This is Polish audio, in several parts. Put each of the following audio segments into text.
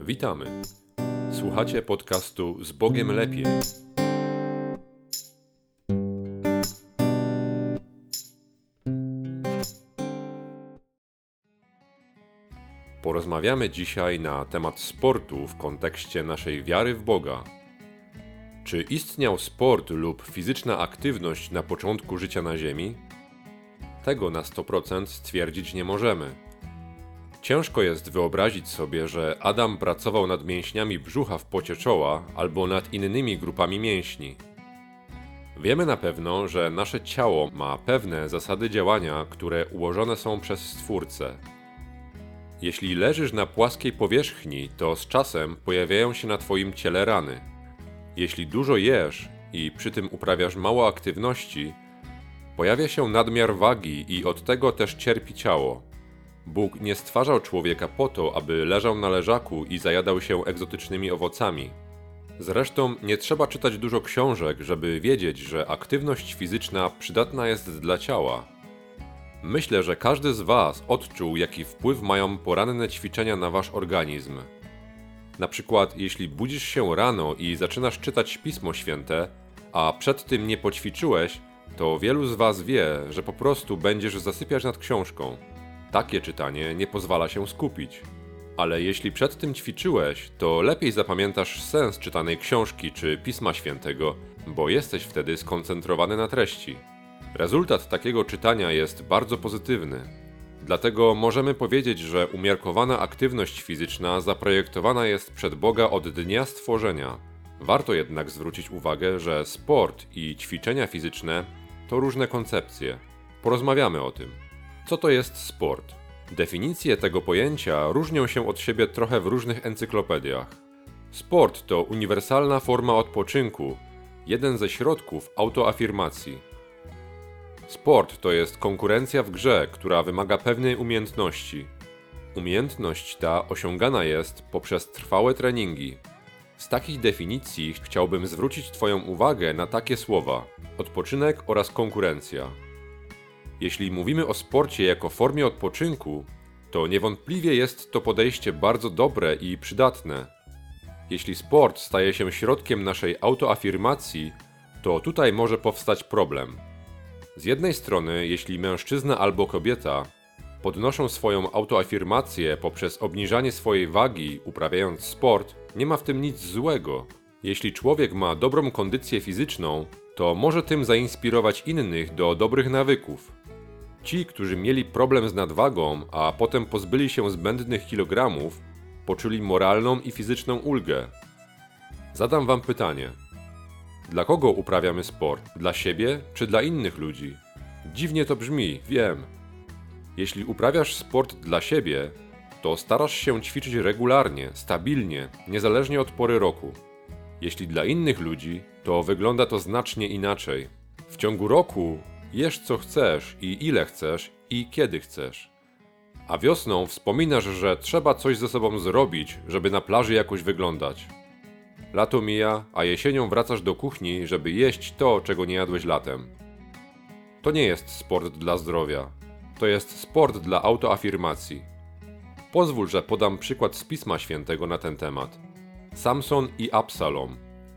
Witamy. Słuchacie podcastu Z Bogiem Lepiej. Porozmawiamy dzisiaj na temat sportu w kontekście naszej wiary w Boga. Czy istniał sport lub fizyczna aktywność na początku życia na Ziemi? Tego na 100% stwierdzić nie możemy. Ciężko jest wyobrazić sobie, że Adam pracował nad mięśniami brzucha w pocie czoła albo nad innymi grupami mięśni. Wiemy na pewno, że nasze ciało ma pewne zasady działania, które ułożone są przez Stwórcę. Jeśli leżysz na płaskiej powierzchni, to z czasem pojawiają się na twoim ciele rany. Jeśli dużo jesz i przy tym uprawiasz mało aktywności, pojawia się nadmiar wagi i od tego też cierpi ciało. Bóg nie stwarzał człowieka po to, aby leżał na leżaku i zajadał się egzotycznymi owocami. Zresztą nie trzeba czytać dużo książek, żeby wiedzieć, że aktywność fizyczna przydatna jest dla ciała. Myślę, że każdy z Was odczuł, jaki wpływ mają poranne ćwiczenia na Wasz organizm. Na przykład, jeśli budzisz się rano i zaczynasz czytać Pismo Święte, a przed tym nie poćwiczyłeś, to wielu z Was wie, że po prostu będziesz zasypiać nad książką. Takie czytanie nie pozwala się skupić. Ale jeśli przed tym ćwiczyłeś, to lepiej zapamiętasz sens czytanej książki czy Pisma Świętego, bo jesteś wtedy skoncentrowany na treści. Rezultat takiego czytania jest bardzo pozytywny. Dlatego możemy powiedzieć, że umiarkowana aktywność fizyczna zaprojektowana jest przed Boga od dnia stworzenia. Warto jednak zwrócić uwagę, że sport i ćwiczenia fizyczne to różne koncepcje. Porozmawiamy o tym. Co to jest sport? Definicje tego pojęcia różnią się od siebie trochę w różnych encyklopediach. Sport to uniwersalna forma odpoczynku, jeden ze środków autoafirmacji. Sport to jest konkurencja w grze, która wymaga pewnej umiejętności. Umiejętność ta osiągana jest poprzez trwałe treningi. Z takich definicji chciałbym zwrócić Twoją uwagę na takie słowa: odpoczynek oraz konkurencja. Jeśli mówimy o sporcie jako formie odpoczynku, to niewątpliwie jest to podejście bardzo dobre i przydatne. Jeśli sport staje się środkiem naszej autoafirmacji, to tutaj może powstać problem. Z jednej strony, jeśli mężczyzna albo kobieta podnoszą swoją autoafirmację poprzez obniżanie swojej wagi, uprawiając sport, nie ma w tym nic złego. Jeśli człowiek ma dobrą kondycję fizyczną, to może tym zainspirować innych do dobrych nawyków. Ci, którzy mieli problem z nadwagą, a potem pozbyli się zbędnych kilogramów, poczuli moralną i fizyczną ulgę. Zadam Wam pytanie. Dla kogo uprawiamy sport? Dla siebie czy dla innych ludzi? Dziwnie to brzmi, wiem. Jeśli uprawiasz sport dla siebie, to starasz się ćwiczyć regularnie, stabilnie, niezależnie od pory roku. Jeśli dla innych ludzi, to wygląda to znacznie inaczej. W ciągu roku jesz co chcesz i ile chcesz i kiedy chcesz. A wiosną wspominasz, że trzeba coś ze sobą zrobić, żeby na plaży jakoś wyglądać. Lato mija, a jesienią wracasz do kuchni, żeby jeść to, czego nie jadłeś latem. To nie jest sport dla zdrowia. To jest sport dla autoafirmacji. Pozwól, że podam przykład z Pisma Świętego na ten temat. Samson i Absalom.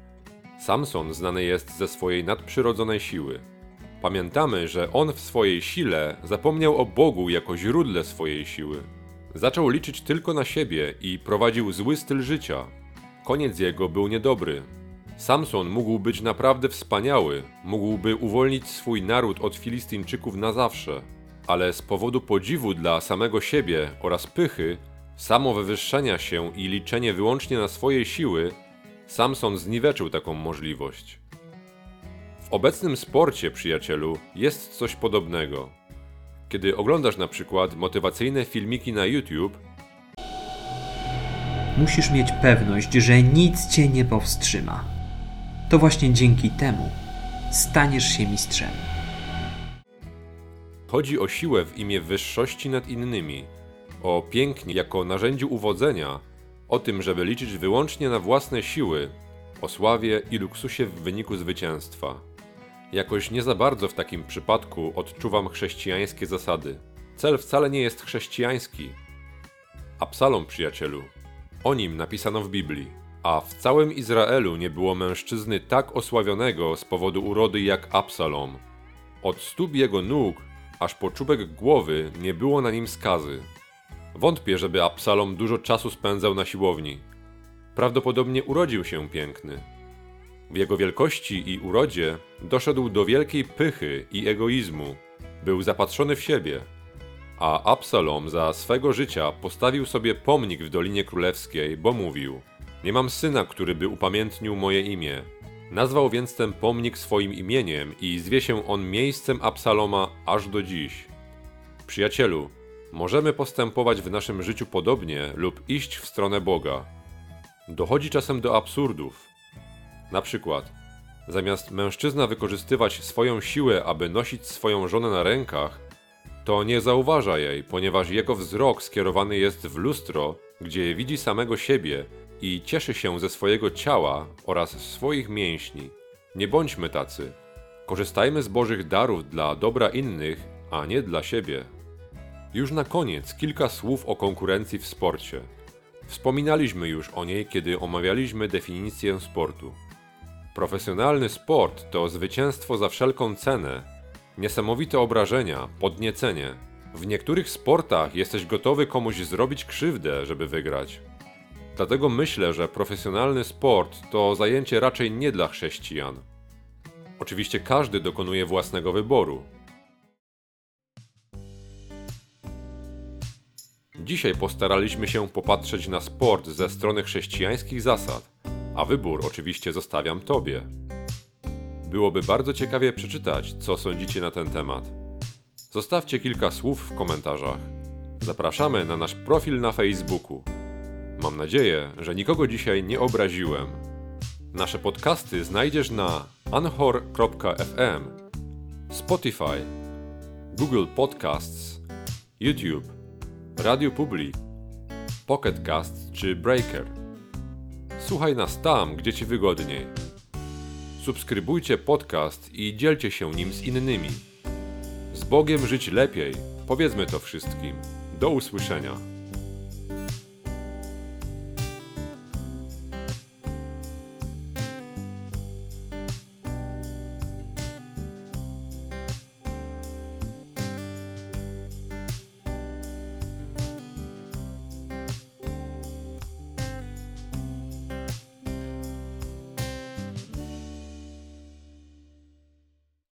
Samson znany jest ze swojej nadprzyrodzonej siły. Pamiętamy, że on w swojej sile zapomniał o Bogu jako źródle swojej siły. Zaczął liczyć tylko na siebie i prowadził zły styl życia. Koniec jego był niedobry. Samson mógł być naprawdę wspaniały, mógłby uwolnić swój naród od Filistyńczyków na zawsze. Ale z powodu podziwu dla samego siebie oraz pychy, samowywyższenia się i liczenie wyłącznie na swoje siły, Samson zniweczył taką możliwość. W obecnym sporcie, przyjacielu, jest coś podobnego. Kiedy oglądasz na przykład motywacyjne filmiki na YouTube, musisz mieć pewność, że nic cię nie powstrzyma. To właśnie dzięki temu staniesz się mistrzem. chodzi o siłę w imię wyższości nad innymi, o pięknie jako narzędziu uwodzenia, o tym, żeby liczyć wyłącznie na własne siły, o sławie i luksusie w wyniku zwycięstwa. Jakoś nie za bardzo w takim przypadku odczuwam chrześcijańskie zasady. Cel wcale nie jest chrześcijański. Absalom, przyjacielu, O nim napisano w Biblii, a w całym Izraelu nie było mężczyzny tak osławionego z powodu urody jak Absalom. Od stóp jego nóg aż po czubek głowy nie było na nim skazy. Wątpię, żeby Absalom dużo czasu spędzał na siłowni. Prawdopodobnie urodził się piękny. W jego wielkości i urodzie doszedł do wielkiej pychy i egoizmu. Był zapatrzony w siebie. A Absalom za swego życia postawił sobie pomnik w Dolinie Królewskiej, bo mówił: nie mam syna, który by upamiętnił moje imię. Nazwał więc ten pomnik swoim imieniem i zwie się on miejscem Absaloma aż do dziś. Przyjacielu, możemy postępować w naszym życiu podobnie lub iść w stronę Boga. Dochodzi czasem do absurdów. Na przykład, zamiast mężczyzna wykorzystywać swoją siłę, aby nosić swoją żonę na rękach, to nie zauważa jej, ponieważ jego wzrok skierowany jest w lustro, gdzie widzi samego siebie i cieszy się ze swojego ciała oraz swoich mięśni. Nie bądźmy tacy. Korzystajmy z Bożych darów dla dobra innych, a nie dla siebie. Już na koniec kilka słów o konkurencji w sporcie. Wspominaliśmy już o niej, kiedy omawialiśmy definicję sportu. Profesjonalny sport to zwycięstwo za wszelką cenę, niesamowite obrażenia, podniecenie. W niektórych sportach jesteś gotowy komuś zrobić krzywdę, żeby wygrać. Dlatego myślę, że profesjonalny sport to zajęcie raczej nie dla chrześcijan. Oczywiście każdy dokonuje własnego wyboru. Dzisiaj postaraliśmy się popatrzeć na sport ze strony chrześcijańskich zasad, a wybór oczywiście zostawiam Tobie. Byłoby bardzo ciekawie przeczytać, co sądzicie na ten temat. Zostawcie kilka słów w komentarzach. Zapraszamy na nasz profil na Facebooku. Mam nadzieję, że nikogo dzisiaj nie obraziłem. Nasze podcasty znajdziesz na anchor.fm, Spotify, Google Podcasts, YouTube, Radio Public, Pocket Casts czy Breaker. Słuchaj nas tam, gdzie Ci wygodniej. Subskrybujcie podcast i dzielcie się nim z innymi. Z Bogiem żyć lepiej, powiedzmy to wszystkim. Do usłyszenia.